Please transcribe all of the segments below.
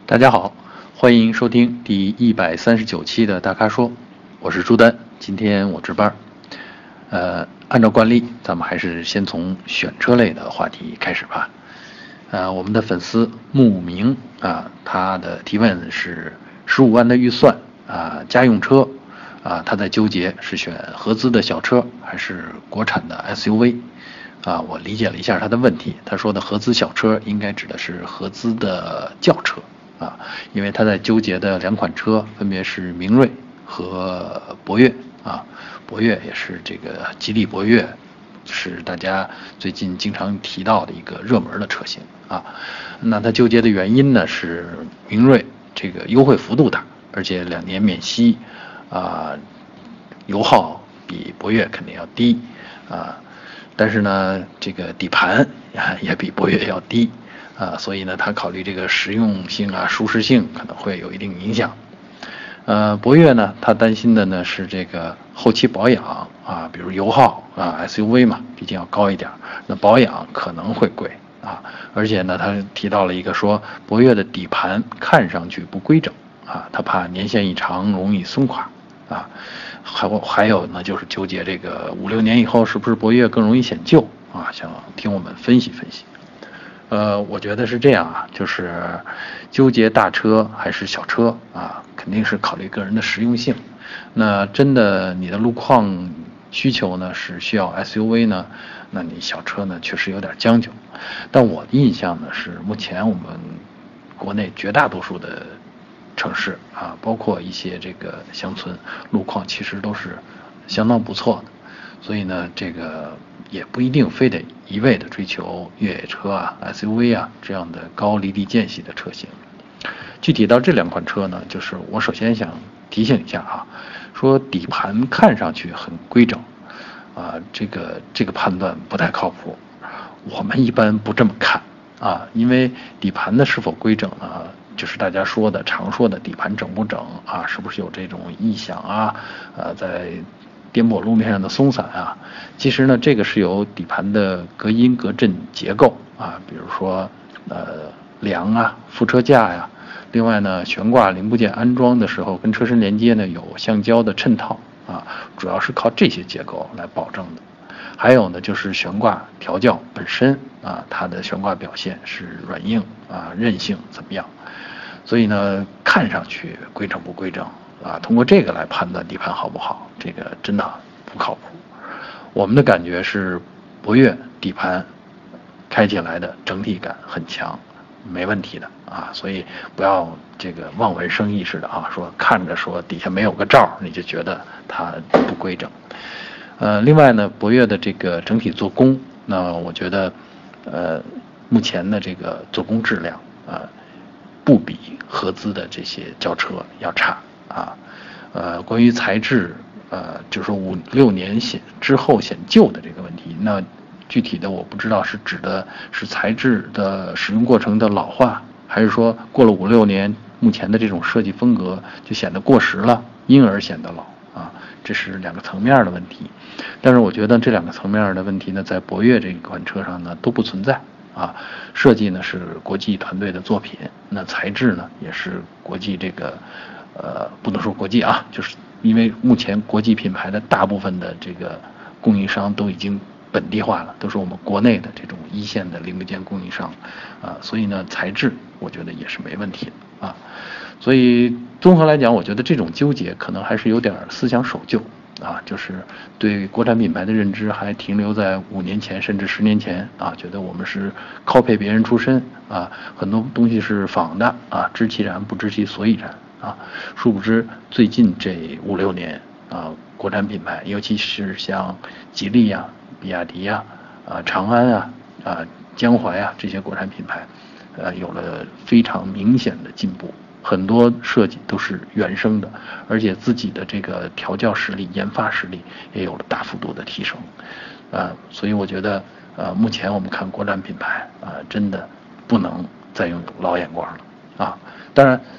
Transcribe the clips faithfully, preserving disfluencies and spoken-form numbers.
大家好，欢迎收听第一百三十九期的大咖说，我是朱丹，今天我值班。呃，按照惯例，咱们还是先从选车类的话题开始吧。呃，我们的粉丝慕名啊，他的提问是十五万的预算啊，家用车啊，他在纠结是选合资的小车还是国产的 S U V。啊，我理解了一下他的问题，他说的合资小车应该指的是合资的轿车啊，因为他在纠结的两款车分别是明锐和博越啊，博越也是这个吉利博越，是大家最近经常提到的一个热门的车型啊。那他纠结的原因呢是明锐这个优惠幅度大，而且两年免息啊，油耗比博越肯定要低啊。但是呢，这个底盘啊也比博越要低啊，所以呢，他考虑这个实用性啊、舒适性可能会有一定影响。呃，博越呢，他担心的呢是这个后期保养啊，比如油耗啊 ，S U V 嘛，毕竟要高一点，那保养可能会贵啊。而且呢，他提到了一个说，博越的底盘看上去不规整啊，他怕年限一长容易松垮啊。还还有呢，就是纠结这个五六年以后是不是博越更容易显旧啊？想听我们分析分析。呃，我觉得是这样啊，就是纠结大车还是小车啊，肯定是考虑个人的实用性。那真的你的路况需求呢是需要 S U V 呢，那你小车呢确实有点将就。但我的印象呢是，目前我们国内绝大多数的城市啊，包括一些这个乡村，路况其实都是相当不错的，所以呢，这个也不一定非得一味的追求越野车啊、S U V 啊这样的高离地间隙的车型。具体到这两款车呢，就是我首先想提醒一下啊，说底盘看上去很规整啊，这个这个判断不太靠谱。我们一般不这么看啊，因为底盘的是否规整呢，就是大家说的常说的底盘整不整啊，是不是有这种异响啊，呃，在颠簸路面上的松散啊，其实呢，这个是由底盘的隔音隔震结构啊，比如说呃梁啊、副车架呀，另外呢，悬挂零部件安装的时候跟车身连接呢有橡胶的衬套啊，主要是靠这些结构来保证的。还有呢，就是悬挂调教本身啊，它的悬挂表现是软硬啊、韧性怎么样？所以呢，看上去规整不规整啊，通过这个来判断底盘好不好，这个真的不靠谱。我们的感觉是，博越底盘开起来的整体感很强，没问题的啊，所以不要这个望文生义似的啊，说看着说底下没有个罩，你就觉得它不规整。呃，另外呢，博越的这个整体做工，那我觉得，呃，目前的这个做工质量啊，不比合资的这些轿车要差啊。呃，关于材质，呃，就是说五六年显之后显旧的这个问题，那具体的我不知道是指的是材质的使用过程的老化，还是说过了五六年，目前的这种设计风格就显得过时了，因而显得老啊。这是两个层面的问题，但是我觉得这两个层面的问题呢，在博越这款车上呢都不存在啊。设计呢是国际团队的作品，那材质呢也是国际这个呃不能说国际啊，就是因为目前国际品牌的大部分的这个供应商都已经本地化了，都是我们国内的这种一线的零部件供应商啊，所以呢材质我觉得也是没问题的啊。所以综合来讲，我觉得这种纠结可能还是有点思想守旧啊，就是对国产品牌的认知还停留在五年前甚至十年前啊，觉得我们是靠配别人出身啊，很多东西是仿的啊，知其然不知其所以然啊。殊不知最近这五六年啊，国产品牌，尤其是像吉利呀、比亚迪呀、啊长安啊、啊江淮啊这些国产品牌，呃，有了非常明显的进步。很多设计都是原生的，而且自己的这个调教实力、研发实力也有了大幅度的提升，啊，所以我觉得，呃，目前我们看国产品牌啊，真的不能再用老眼光了啊。当然，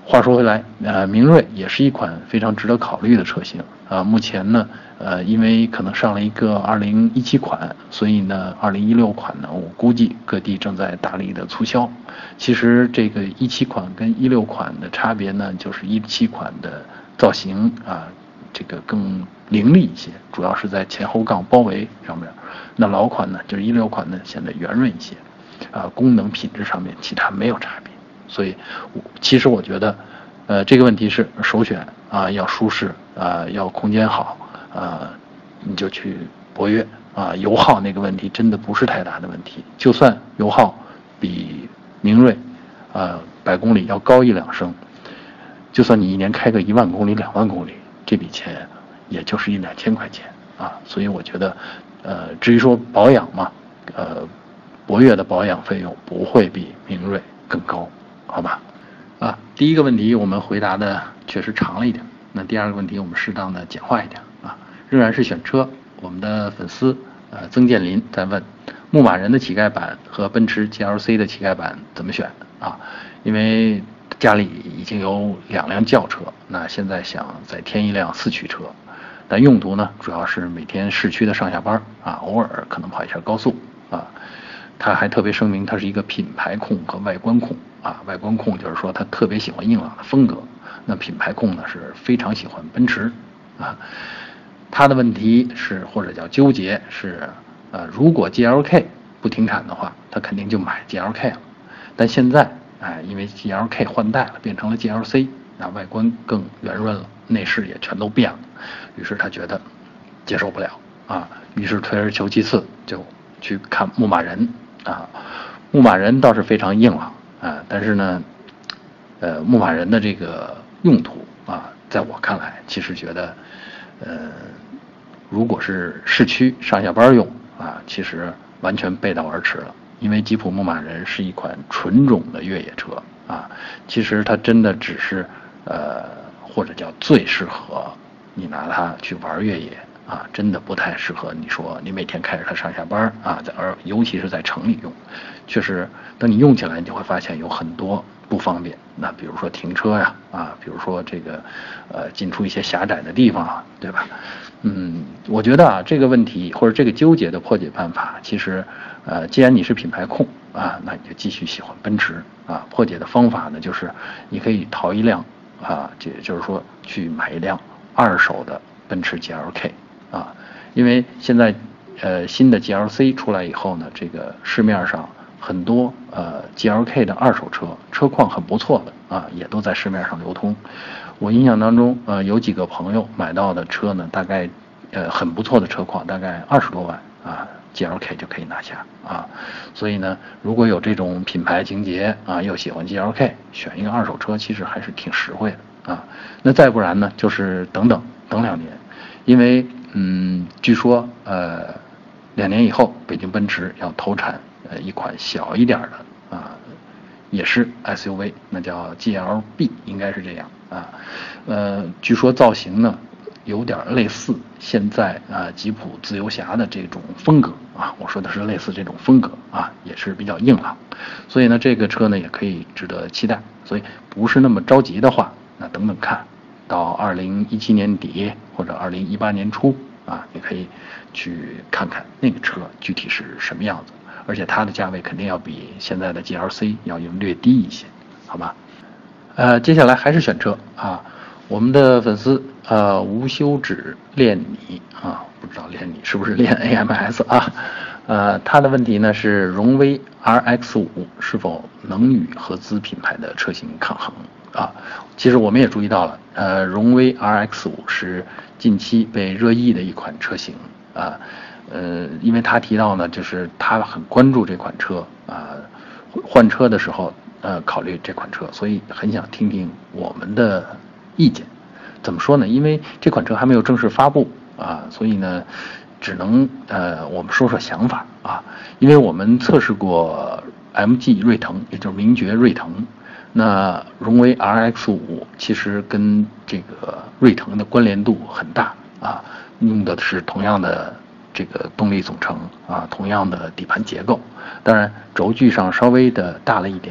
话说回来，呃，明锐也是一款非常值得考虑的车型啊。目前呢，呃，因为可能上了一个二零一七款，所以呢，二零一六款呢，我估计各地正在大力的促销。其实这个一七款跟一六款的差别呢，就是一七款的造型啊，这个更凌厉一些，主要是在前后杠包围上面。那老款呢，就是一六款呢，显得圆润一些，啊，功能品质上面其他没有差别。所以，其实我觉得，呃，这个问题是首选啊，要舒适啊，要空间好啊，你就去博越啊。油耗那个问题真的不是太大的问题，就算油耗比明锐啊百公里要高一两升，就算你一年开个一万公里、两万公里，这笔钱也就是一两千块钱啊。所以我觉得，呃，至于说保养嘛，呃，博越的保养费用不会比明锐更高。好吧，啊，第一个问题我们回答的确实长了一点，那第二个问题我们适当的简化一点啊，仍然是选车。我们的粉丝呃曾建林在问，牧马人的乞丐版和奔驰 G L C 的乞丐版怎么选啊？因为家里已经有两辆轿车，那现在想再添一辆四驱车，但用途呢主要是每天市区的上下班啊，偶尔可能跑一下高速啊。他还特别声明，他是一个品牌控和外观控啊。外观控就是说他特别喜欢硬朗的风格，那品牌控呢是非常喜欢奔驰啊。他的问题是或者叫纠结是，呃，如果 G L K 不停产的话，他肯定就买 G L K 了。但现在哎，因为 G L K 换代了，变成了 G L C， 那外观更圆润了，内饰也全都变了，于是他觉得接受不了啊，于是退而求其次，就去看牧马人。啊，牧马人倒是非常硬朗啊，但是呢，呃，牧马人的这个用途啊，在我看来，其实觉得，呃，如果是市区上下班用啊，其实完全背道而驰了。因为吉普牧马人是一款纯种的越野车啊，其实它真的只是呃，或者叫最适合你拿它去玩越野。啊，真的不太适合你说你每天开着它上下班啊，在而尤其是在城里用，确实等你用起来，你就会发现有很多不方便。那比如说停车呀，啊，比如说这个呃进出一些狭窄的地方啊，对吧？嗯，我觉得啊这个问题或者这个纠结的破解办法，其实呃既然你是品牌控啊，那你就继续喜欢奔驰啊。破解的方法呢，就是你可以淘一辆啊，这就是说去买一辆二手的奔驰 G L K。啊，因为现在，呃，新的 G L C 出来以后呢，这个市面上很多呃 G L K 的二手车，车况很不错的啊，也都在市面上流通。我印象当中，呃，有几个朋友买到的车呢，大概呃很不错的车况，大概二十多万啊 ，G L K 就可以拿下啊。所以呢，如果有这种品牌情节啊，又喜欢 G L K，选一个二手车其实还是挺实惠的啊。那再不然呢，就是等等等两年，因为。嗯，据说呃，两年以后，北京奔驰要投产呃一款小一点的啊，也是 S U V， 那叫 G L B， 应该是这样啊。呃，据说造型呢有点类似现在啊吉普自由侠的这种风格啊，我说的是类似这种风格啊，也是比较硬朗，所以呢这个车呢也可以值得期待。所以不是那么着急的话，那等等看。到二零一七年底或者二零一八年初啊，你可以去看看那个车具体是什么样子，而且它的价位肯定要比现在的 G L C 要略低一些，好吧？呃，接下来还是选车啊，我们的粉丝呃无休止练你啊，不知道练你是不是练 A M S 啊？呃，他的问题呢是荣威 R X 五是否能与合资品牌的车型抗衡？啊，其实我们也注意到了，呃，荣威 R X 五是近期被热议的一款车型啊，呃，因为他提到呢，就是他很关注这款车啊，换车的时候呃考虑这款车，所以很想听听我们的意见。怎么说呢？因为这款车还没有正式发布啊，所以呢，只能呃我们说说想法啊，因为我们测试过 M G 锐腾，也就是名爵锐腾。那荣威 R X 五其实跟这个锐腾的关联度很大啊，用的是同样的这个动力总成啊，同样的底盘结构，当然轴距上稍微的大了一点点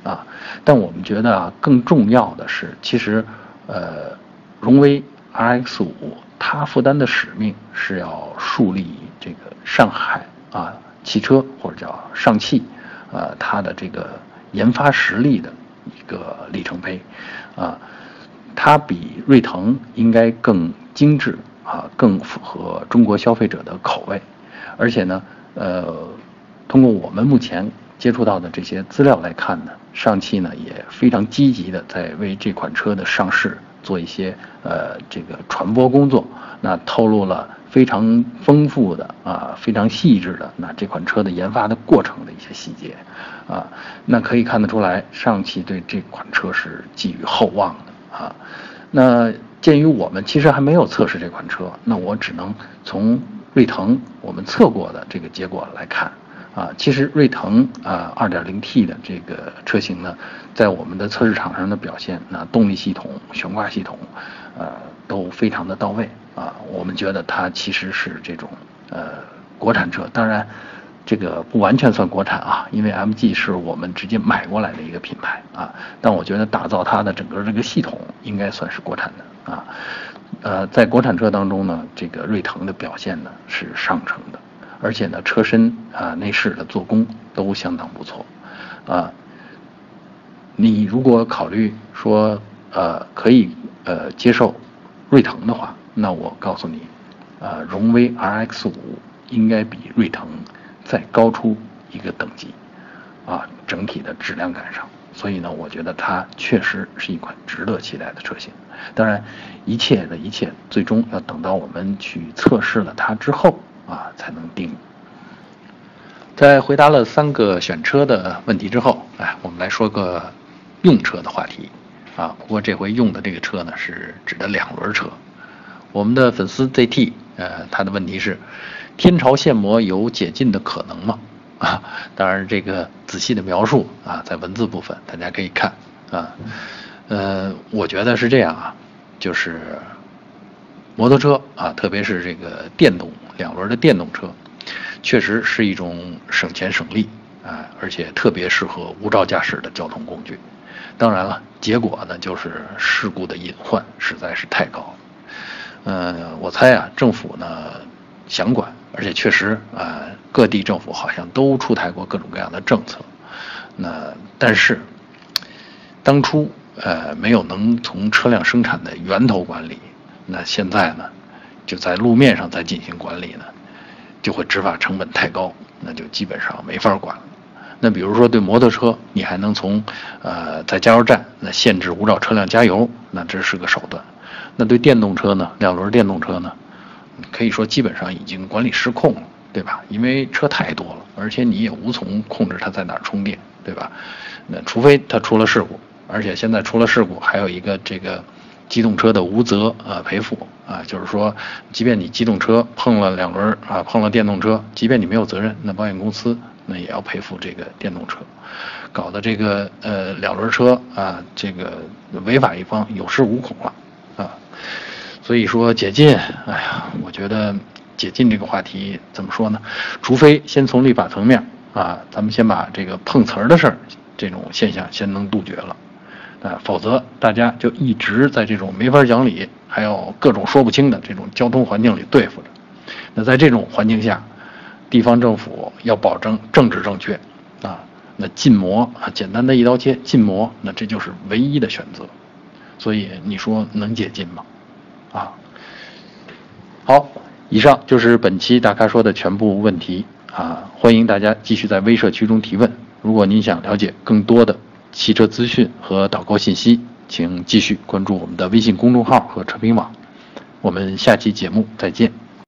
啊。但我们觉得啊，更重要的是，其实呃，荣威 R X 五它负担的使命是要树立这个上海啊汽车或者叫上汽啊它的这个研发实力的一个里程碑啊。它比锐腾应该更精致啊，更符合中国消费者的口味，而且呢，呃，通过我们目前接触到的这些资料来看呢，上汽呢也非常积极的在为这款车的上市做一些呃这个传播工作，那透露了非常丰富的啊非常细致的那这款车的研发的过程的一些细节啊，那可以看得出来，上汽对这款车是寄予厚望的。啊，那鉴于我们其实还没有测试这款车，那我只能从锐腾我们测过的这个结果来看，啊，其实锐腾啊 二点零 T 的这个车型呢，在我们的测试场上的表现，那动力系统、悬挂系统，呃，都非常的到位啊，我们觉得它其实是这种呃国产车，当然。这个不完全算国产啊，因为 M G 是我们直接买过来的一个品牌啊，但我觉得打造它的整个这个系统应该算是国产的啊。呃，在国产车当中呢，这个锐腾的表现呢是上乘的，而且呢车身啊内饰的做工都相当不错啊。你如果考虑说呃可以呃接受锐腾的话，那我告诉你，呃荣威 R X 五应该比锐腾再高出一个等级，啊，整体的质量感上，所以呢，我觉得它确实是一款值得期待的车型。当然，一切的一切，最终要等到我们去测试了它之后啊，才能定。在回答了三个选车的问题之后，哎，我们来说个用车的话题啊。不过这回用的这个车呢，是指的两轮车。我们的粉丝 Z T， 呃，他的问题是。天朝现磨有解禁的可能吗？啊，当然这个仔细的描述啊，在文字部分大家可以看啊。呃，我觉得是这样啊，就是摩托车啊，特别是这个电动两轮的电动车，确实是一种省钱省力啊，而且特别适合无照驾驶的交通工具。当然了，结果呢就是事故的隐患实在是太高了。呃，我猜啊，政府呢想管。而且确实啊、呃，各地政府好像都出台过各种各样的政策，那但是当初呃没有能从车辆生产的源头管理，那现在呢就在路面上再进行管理呢，就会执法成本太高，那就基本上没法管了。那比如说对摩托车，你还能从呃在加油站那限制无照车辆加油，那这是个手段。那对电动车呢，两轮电动车呢？可以说基本上已经管理失控了，对吧？因为车太多了，而且你也无从控制它在哪儿充电，对吧？那除非它出了事故，而且现在出了事故还有一个这个机动车的无责啊赔付啊，就是说，即便你机动车碰了两轮啊碰了电动车，即便你没有责任，那保险公司那也要赔付这个电动车，搞得这个呃两轮车啊这个违法一方有恃无恐了啊。所以说解禁，哎呀，我觉得解禁这个话题怎么说呢？除非先从立法层面啊，咱们先把这个碰瓷儿的事儿这种现象先能杜绝了，啊，否则大家就一直在这种没法讲理，还有各种说不清的这种交通环境里对付着。那在这种环境下，地方政府要保证政治正确啊，那禁摩啊，简单的一刀切禁摩，那这就是唯一的选择。所以你说能解禁吗？啊，好，以上就是本期大咖说的全部问题啊，欢迎大家继续在微社区中提问。如果您想了解更多的汽车资讯和导购信息，请继续关注我们的微信公众号和车评网。我们下期节目再见。